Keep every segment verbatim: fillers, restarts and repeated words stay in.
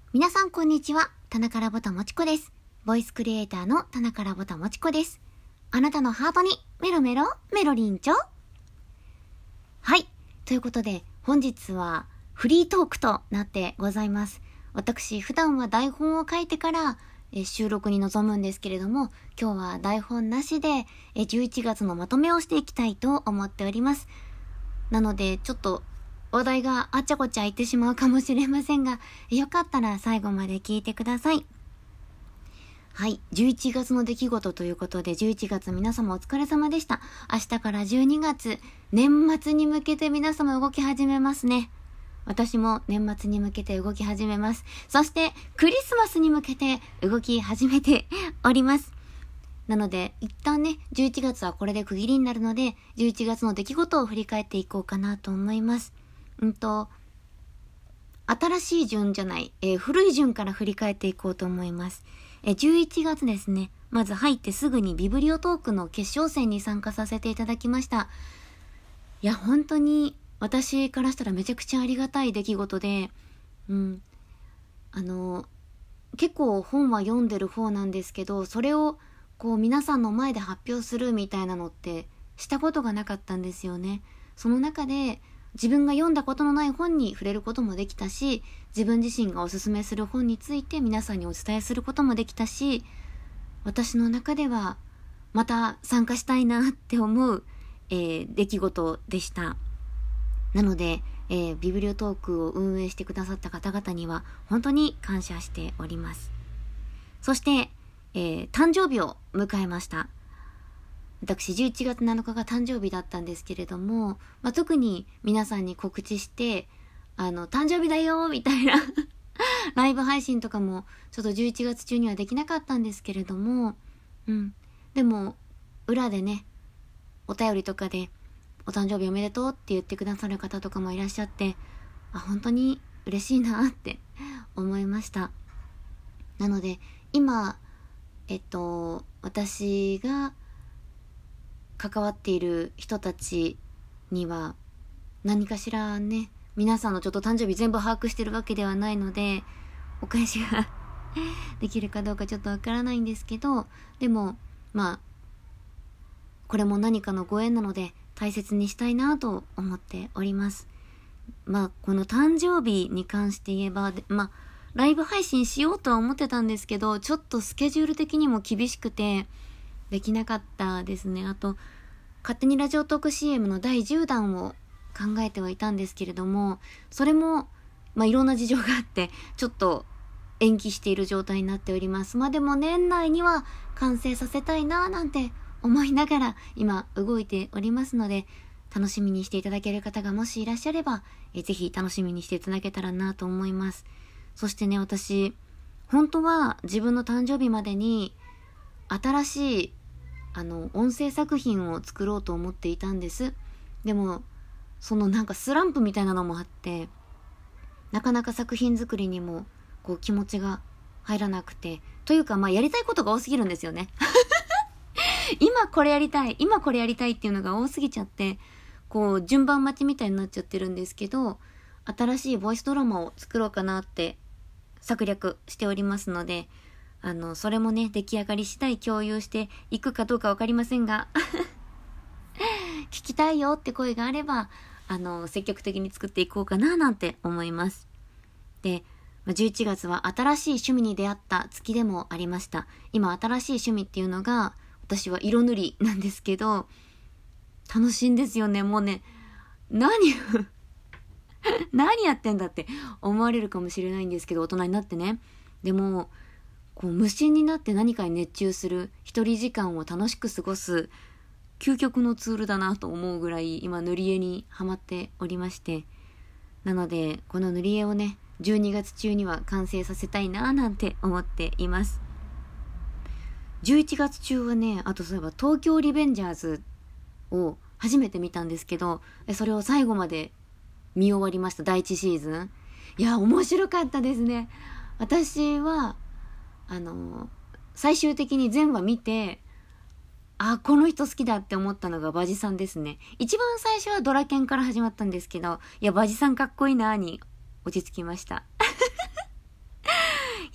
皆さんこんにちは。田中らぼたもちこです。ボイスクリエイターの田中らぼたもちこです。あなたのハートにメロメロメロリンチョ。はい。ということで本日はフリートークとなってございます。私普段は台本を書いてからえ収録に臨むんですけれども、今日は台本なしでえじゅういちがつのまとめをしていきたいと思っております。なのでちょっと話題があっちゃこっちゃ言ってしまうかもしれませんが、よかったら最後まで聞いてください。はい、じゅういちがつの出来事ということで、じゅういちがつ皆様お疲れ様でした。明日からじゅうにがつ、年末に向けて皆様動き始めますね。私も年末に向けて動き始めます。そしてクリスマスに向けて動き始めております。なので一旦ね、じゅういちがつはこれで区切りになるので、じゅういちがつの出来事を振り返っていこうかなと思います。うんと新しい順じゃない、えー、古い順から振り返っていこうと思います。えー、じゅういちがつですね。まず入ってすぐにビブリオトークの決勝戦に参加させていただきました。いや本当に私からしたらめちゃくちゃありがたい出来事で、うんあの結構本は読んでる方なんですけど、それをこう皆さんの前で発表するみたいなのってしたことがなかったんですよね。その中で自分が読んだことのない本に触れることもできたし、自分自身がおすすめする本について皆さんにお伝えすることもできたし、私の中ではまた参加したいなって思う、えー、出来事でした。なので、えー、ビブリオトークを運営してくださった方々には本当に感謝しております。そして、えー、誕生日を迎えました。私じゅういちがつなのかが誕生日だったんですけれども、まあ、特に皆さんに告知してあの誕生日だよみたいなライブ配信とかもちょっとじゅういちがつ中にはできなかったんですけれども、うんでも裏でねお便りとかでお誕生日おめでとうって言ってくださる方とかもいらっしゃって、あ本当に嬉しいなって思いました。なので今えっと私が関わっている人たちには何かしらね、皆さんのちょっと誕生日全部把握してるわけではないのでお返しができるかどうかちょっとわからないんですけど、でもまあこれも何かのご縁なので大切にしたいなと思っております。まあこの誕生日に関して言えば、まあライブ配信しようとは思ってたんですけど、ちょっとスケジュール的にも厳しくてできなかったですね。あと勝手にラジオトーク シーエム のだいじゅうだんを考えてはいたんですけれども、それもまあいろんな事情があってちょっと延期している状態になっております。まあでも年内には完成させたいななんて思いながら今動いておりますので、楽しみにしていただける方がもしいらっしゃればえぜひ楽しみにしていただけたらなと思います。そしてね、私本当は自分の誕生日までに新しいあの音声作品を作ろうと思っていたんです。でもそのなんかスランプみたいなのもあって、なかなか作品作りにもこう気持ちが入らなくて、というかまあやりたいことが多すぎるんですよね今これやりたい今これやりたいっていうのが多すぎちゃって、こう順番待ちみたいになっちゃってるんですけど、新しいボイスドラマを作ろうかなって策略しておりますので、あのそれもね出来上がり次第共有していくかどうかわかりませんが聞きたいよって声があればあの積極的に作っていこうかななんて思います。でじゅういちがつは新しい趣味に出会った月でもありました。今新しい趣味っていうのが私は色塗りなんですけど、楽しいんですよね。もうね何何やってんだって思われるかもしれないんですけど、大人になってね。でもこう無心になって何かに熱中する、一人時間を楽しく過ごす究極のツールだなと思うぐらい今塗り絵にハマっておりまして、なのでこの塗り絵をねじゅうにがつ中には完成させたいななんて思っています。じゅういちがつ中はね、あとそういえば東京リベンジャーズを初めて見たんですけど、それを最後まで見終わりました。だいいちシーズン。いや面白かったですね。私はあの最終的に全話見て、あこの人好きだって思ったのがバジさんですね。一番最初はドラケンから始まったんですけど、いやバジさんかっこいいなーに落ち着きました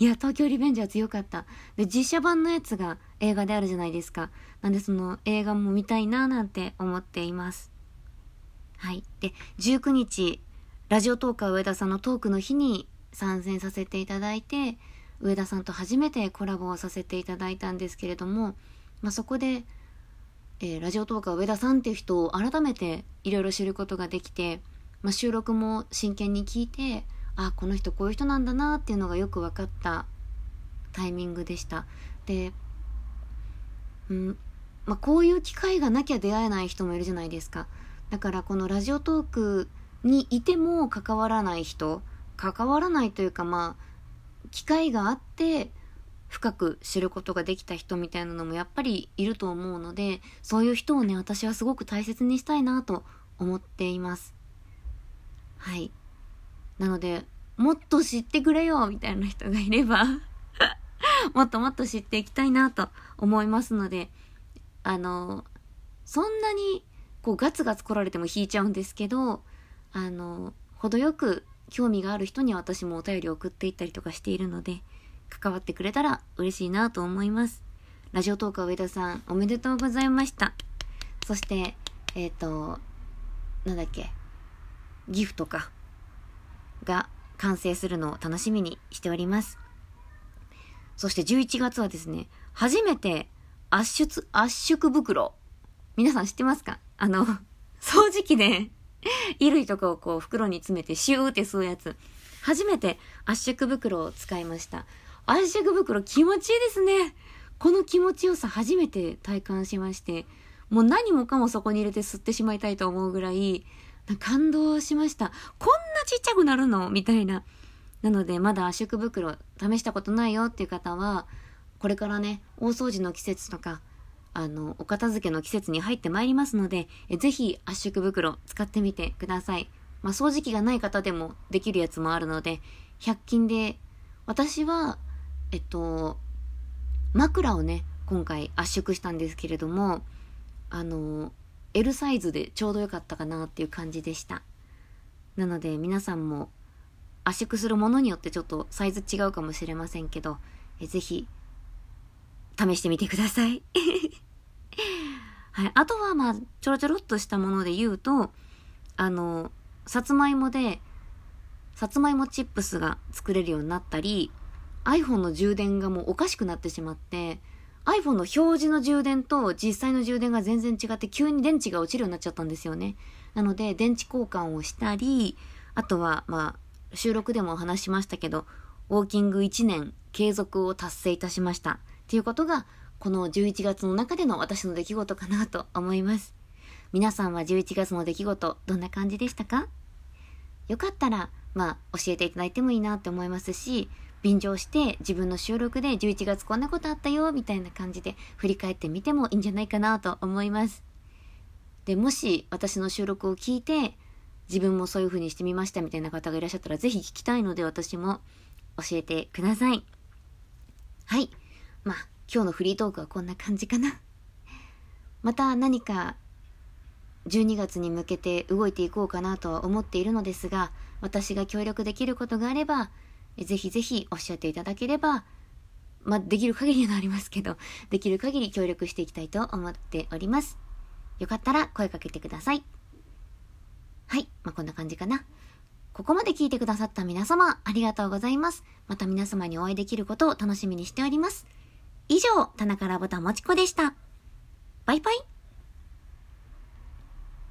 いや、東京リベンジャーズ良かった。で、実写版のやつが映画であるじゃないですか。なんでその映画も見たいななんて思っています。はい。で、じゅうくにち、ラジオトーカー上田さんのトークの日に参戦させていただいて、上田さんと初めてコラボをさせていただいたんですけれども、まあ、そこで、えー、ラジオトーカー上田さんっていう人を改めていろいろ知ることができて、まあ、収録も真剣に聞いて、あ、この人こういう人なんだなっていうのがよく分かったタイミングでした。で、うんまあ、こういう機会がなきゃ出会えない人もいるじゃないですか。だからこのラジオトークにいても関わらない人、関わらないというか、まあ機会があって深く知ることができた人みたいなのもやっぱりいると思うので、そういう人をね、私はすごく大切にしたいなと思っています。はい。なので、もっと知ってくれよみたいな人がいればもっともっと知っていきたいなと思いますので、あのそんなにこうガツガツ来られても引いちゃうんですけど、あの程よく興味がある人には私もお便りを送っていったりとかしているので、関わってくれたら嬉しいなと思います。ラジオトーカー上田さん、おめでとうございました。そしてえっとなんだっけギフトかが完成するのを楽しみにしております。そしてじゅういちがつはですね、初めて圧縮、圧縮袋。皆さん知ってますか？あの、掃除機で衣類とかをこう袋に詰めてシューって吸うやつ。初めて圧縮袋を使いました。圧縮袋気持ちいいですね。この気持ちよさ初めて体感しまして、もう何もかもそこに入れて吸ってしまいたいと思うぐらい、感動しました。こんなちっちゃくなるのみたいな。なのでまだ圧縮袋試したことないよっていう方は、これからね、大掃除の季節とか、あの、お片付けの季節に入ってまいりますので、えぜひ圧縮袋使ってみてください。まあ、掃除機がない方でもできるやつもあるので、ひゃく均で、私は、えっと、枕をね、今回圧縮したんですけれども、あの、L サイズでちょうどよかったかなっていう感じでした。なので皆さんも圧縮するものによってちょっとサイズ違うかもしれませんけど、えぜひ試してみてください。はい、あとはまあちょろちょろっとしたもので言うと、あのさつまいもでさつまいもチップスが作れるようになったり、 iPhone の充電がもうおかしくなってしまって、 iPhone の表示の充電と実際の充電が全然違って、急に電池が落ちるようになっちゃったんですよね。なので電池交換をしたり、あとはまあ収録でもお話ししましたけど、ウォーキングいちねん継続を達成いたしましたっていうことが、このじゅういちがつの中での私の出来事かなと思います。皆さんはじゅういちがつの出来事どんな感じでしたか？よかったらまあ教えていただいてもいいなって思いますし、便乗して自分の収録でじゅういちがつこんなことあったよみたいな感じで振り返ってみてもいいんじゃないかなと思います。で、もし私の収録を聞いて自分もそういう風にしてみましたみたいな方がいらっしゃったら、ぜひ聞きたいので私も教えてください。はい。まあ今日のフリートークはこんな感じかな。また何かじゅうにがつに向けて動いていこうかなとは思っているのですが、私が協力できることがあればぜひぜひおっしゃっていただければ、まあできる限りになりますけど、できる限り協力していきたいと思っております。よかったら声かけてください。はい、まあこんな感じかな。ここまで聞いてくださった皆様ありがとうございます。また皆様にお会いできることを楽しみにしております。以上、田中らぼたもちこでした。バイバイ。